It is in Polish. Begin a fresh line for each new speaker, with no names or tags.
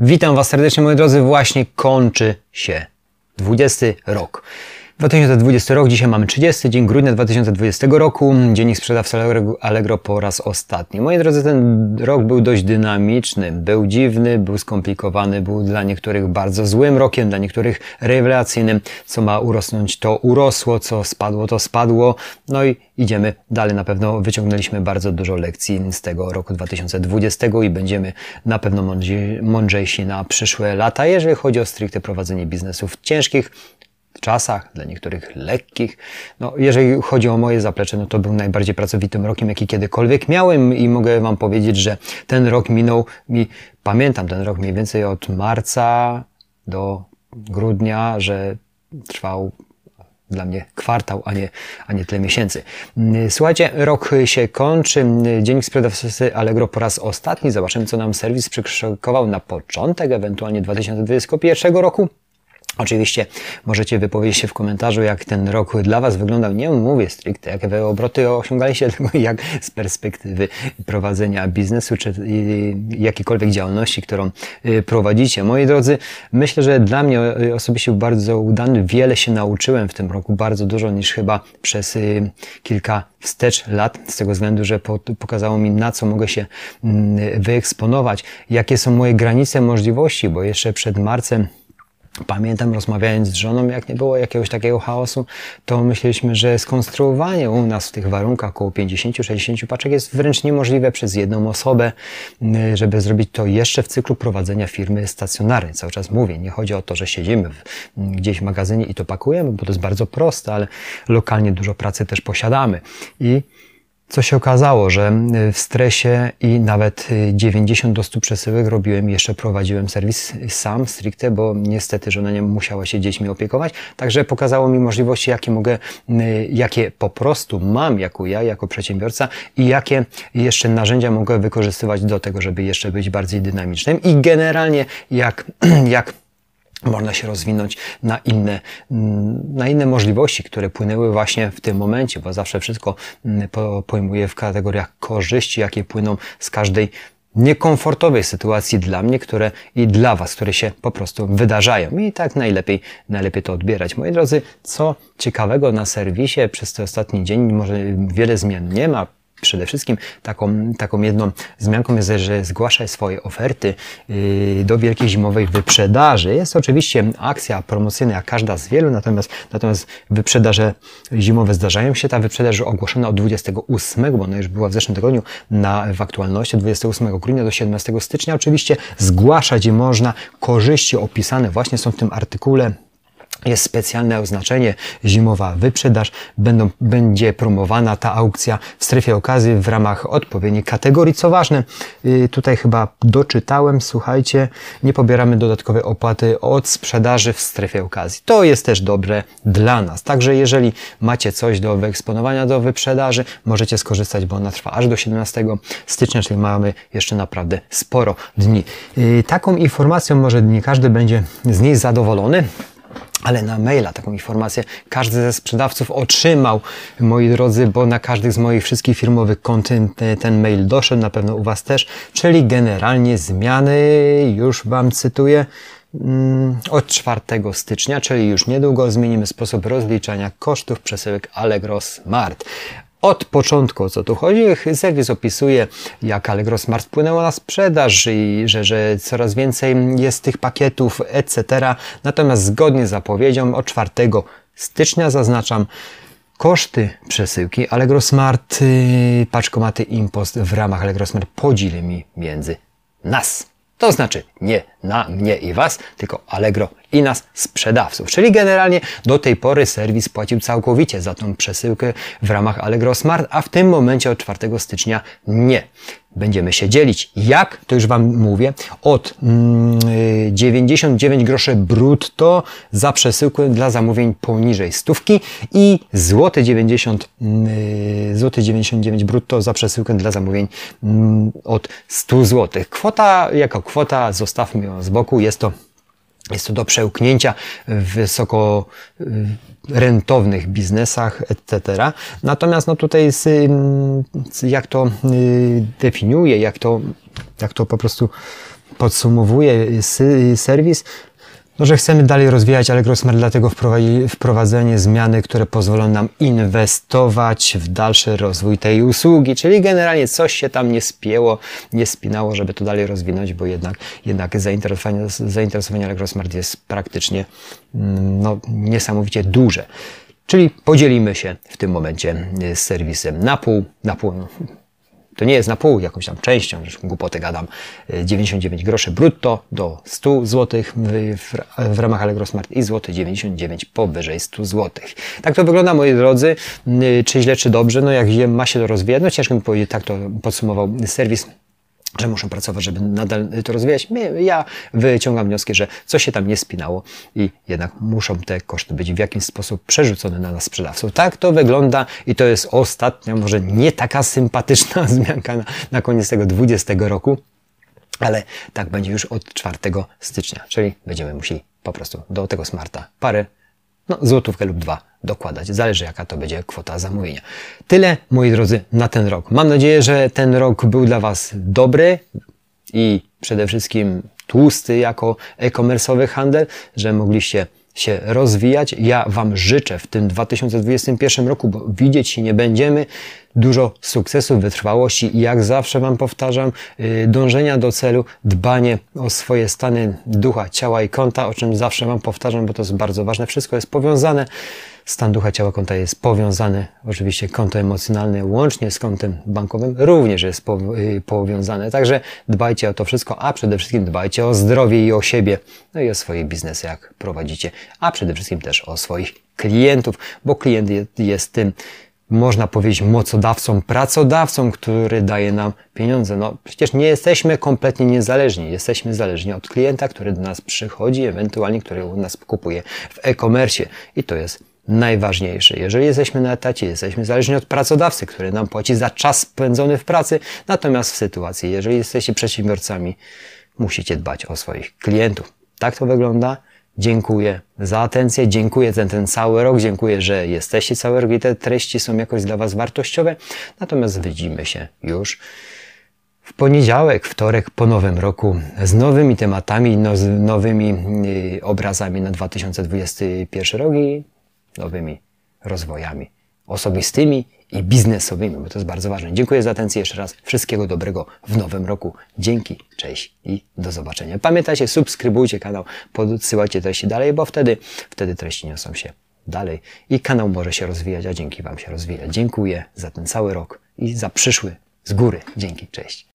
Witam Was serdecznie, moi drodzy. Właśnie kończy się 20 rok. 2020 rok, dzisiaj mamy 30 dzień grudnia 2020 roku, dziennik sprzedawcy Allegro po raz ostatni. Moi drodzy, ten rok był dość dynamiczny, był dziwny, był skomplikowany, był dla niektórych bardzo złym rokiem, dla niektórych rewelacyjnym. Co ma urosnąć, to urosło, co spadło, to spadło. No i idziemy dalej. Na pewno wyciągnęliśmy bardzo dużo lekcji z tego roku 2020 i będziemy na pewno mądrzejsi na przyszłe lata, jeżeli chodzi o stricte prowadzenie biznesów ciężkich, czasach, dla niektórych lekkich. No, jeżeli chodzi o moje zaplecze, no to był najbardziej pracowitym rokiem, jaki kiedykolwiek miałem i mogę Wam powiedzieć, że ten rok minął mi, pamiętam ten rok mniej więcej od marca do grudnia, że trwał dla mnie kwartał, a nie tyle miesięcy. Słuchajcie, rok się kończy. Dziennik sprzedawcy Allegro po raz ostatni. Zobaczymy, co nam serwis przyszykował na początek, ewentualnie 2021 roku. Oczywiście możecie wypowiedzieć się w komentarzu, jak ten rok dla Was wyglądał. Nie mówię stricte, jakie wy obroty osiągaliście, tylko jak z perspektywy prowadzenia biznesu, czy jakiejkolwiek działalności, którą prowadzicie. Moi drodzy, myślę, że dla mnie osobiście był bardzo udany. Wiele się nauczyłem w tym roku, bardzo dużo niż chyba przez kilka wstecz lat, z tego względu, że pokazało mi, na co mogę się wyeksponować, jakie są moje granice możliwości, bo jeszcze przed marcem pamiętam, rozmawiając z żoną, jak nie było jakiegoś takiego chaosu, to myśleliśmy, że skonstruowanie u nas w tych warunkach około 50-60 paczek jest wręcz niemożliwe przez jedną osobę, żeby zrobić to jeszcze w cyklu prowadzenia firmy stacjonarnej. Cały czas mówię, nie chodzi o to, że siedzimy gdzieś w magazynie i to pakujemy, bo to jest bardzo proste, ale lokalnie dużo pracy też posiadamy. I co się okazało, że w stresie i nawet 90 do 100 przesyłek robiłem, jeszcze prowadziłem serwis sam, stricte, bo niestety żona nie musiała się dziećmi opiekować. Także pokazało mi możliwości, jakie po prostu mam jako przedsiębiorca i jakie jeszcze narzędzia mogę wykorzystywać do tego, żeby jeszcze być bardziej dynamicznym i generalnie jak można się rozwinąć na inne możliwości, które płynęły właśnie w tym momencie, bo zawsze wszystko pojmuję w kategoriach korzyści, jakie płyną z każdej niekomfortowej sytuacji dla mnie, i dla Was, które się po prostu wydarzają. I tak najlepiej to odbierać. Moi drodzy, co ciekawego na serwisie przez ten ostatni dzień, może wiele zmian nie ma. Przede wszystkim taką jedną zmianką jest, że zgłaszaj swoje oferty do wielkiej zimowej wyprzedaży. Jest oczywiście akcja promocyjna, jak każda z wielu, natomiast wyprzedaże zimowe zdarzają się. Ta wyprzedaż ogłoszona od 28, bo ona już była w zeszłym tygodniu w aktualności, 28 grudnia do 17 stycznia. Oczywiście zgłaszać je można. Korzyści opisane właśnie są w tym artykule. Jest specjalne oznaczenie zimowa wyprzedaż. Będzie promowana ta aukcja w strefie okazji w ramach odpowiedniej kategorii. Co ważne, tutaj chyba doczytałem, słuchajcie, nie pobieramy dodatkowej opłaty od sprzedaży w strefie okazji. To jest też dobre dla nas. Także jeżeli macie coś do wyeksponowania, do wyprzedaży, możecie skorzystać, bo ona trwa aż do 17 stycznia, czyli mamy jeszcze naprawdę sporo dni. Taką informacją może nie każdy będzie z niej zadowolony, ale na maila taką informację każdy ze sprzedawców otrzymał, moi drodzy, bo na każdych z moich wszystkich firmowych kont ten mail doszedł, na pewno u Was też, czyli generalnie zmiany, już Wam cytuję, od 4 stycznia, czyli już niedługo zmienimy sposób rozliczania kosztów przesyłek Allegro Smart. Od początku, o co tu chodzi, serwis opisuje, jak Allegro Smart wpłynęło na sprzedaż i że coraz więcej jest tych pakietów, etc. Natomiast zgodnie z zapowiedzią od 4 stycznia zaznaczam, koszty przesyłki Allegro Smart, paczkomaty Impost w ramach Allegro Smart podzielimy między nas. To znaczy nie na mnie i Was, tylko Allegro i nas, sprzedawców. Czyli generalnie do tej pory serwis płacił całkowicie za tą przesyłkę w ramach Allegro Smart, a w tym momencie od 4 stycznia nie. Będziemy się dzielić. Jak? To już Wam mówię. Od 99 groszy brutto za przesyłkę dla zamówień poniżej 100 i złoty 99 brutto za przesyłkę dla zamówień od 100 zł. Kwota jako kwota, zostawmy ją z boku. Jest to do przełknięcia w wysoko rentownych biznesach, etc. Natomiast no tutaj jak to definiuje, jak to po prostu podsumowuje serwis, no, że chcemy dalej rozwijać Allegro Smart, dlatego wprowadzenie zmiany, które pozwolą nam inwestować w dalszy rozwój tej usługi, czyli generalnie coś się tam nie spięło, nie spinało, żeby to dalej rozwinąć, bo jednak zainteresowanie Allegro Smart jest praktycznie no, niesamowicie duże. Czyli podzielimy się w tym momencie z serwisem na pół. To nie jest na pół, jakąś tam częścią, że głupotę gadam, 99 groszy brutto do 100 zł w ramach Allegro Smart i złoty 99 powyżej 100 zł. Tak to wygląda, moi drodzy. Czy źle, czy dobrze? No jak ma się to rozwijać? No ciężko mi powiedzieć, tak to podsumował serwis, że muszą pracować, żeby nadal to rozwijać. Ja wyciągam wnioski, że coś się tam nie spinało i jednak muszą te koszty być w jakiś sposób przerzucone na nas sprzedawców. Tak to wygląda i to jest ostatnia, może nie taka sympatyczna zmianka na koniec tego 20 roku, ale tak będzie już od 4 stycznia, czyli będziemy musieli po prostu do tego smarta parę złotówkę lub 2 dokładać. Zależy, jaka to będzie kwota zamówienia. Tyle, moi drodzy, na ten rok. Mam nadzieję, że ten rok był dla Was dobry i przede wszystkim tłusty jako e-commerce'owy handel, że mogliście się rozwijać. Ja Wam życzę w tym 2021 roku, bo widzieć się nie będziemy, dużo sukcesów, wytrwałości i jak zawsze Wam powtarzam, dążenia do celu, dbanie o swoje stany ducha, ciała i konta, o czym zawsze Wam powtarzam, bo to jest bardzo ważne. Wszystko jest powiązane. Stan ducha, ciała, konta jest powiązany. Oczywiście konto emocjonalne łącznie z kontem bankowym również jest powiązane. Także dbajcie o to wszystko, a przede wszystkim dbajcie o zdrowie i o siebie. No i o swoje biznesy, jak prowadzicie, a przede wszystkim też o swoich klientów, bo klient jest tym, można powiedzieć, mocodawcą, pracodawcą, który daje nam pieniądze. No przecież nie jesteśmy kompletnie niezależni. Jesteśmy zależni od klienta, który do nas przychodzi, ewentualnie który u nas kupuje w e-commerce. I to jest najważniejsze. Jeżeli jesteśmy na etacie, jesteśmy zależni od pracodawcy, który nam płaci za czas spędzony w pracy. Natomiast w sytuacji, jeżeli jesteście przedsiębiorcami, musicie dbać o swoich klientów. Tak to wygląda. Dziękuję za atencję, dziękuję za ten cały rok, dziękuję, że jesteście cały rok i te treści są jakoś dla Was wartościowe. Natomiast widzimy się już w poniedziałek, wtorek po nowym roku z nowymi tematami, z nowymi obrazami na 2021 rok i nowymi rozwojami osobistymi i biznesowymi, bo to jest bardzo ważne. Dziękuję za atencję jeszcze raz. Wszystkiego dobrego w nowym roku. Dzięki, cześć i do zobaczenia. Pamiętajcie, subskrybujcie kanał, podsyłajcie treści dalej, bo wtedy treści niosą się dalej i kanał może się rozwijać, a dzięki Wam się rozwija. Dziękuję za ten cały rok i za przyszły z góry. Dzięki, cześć.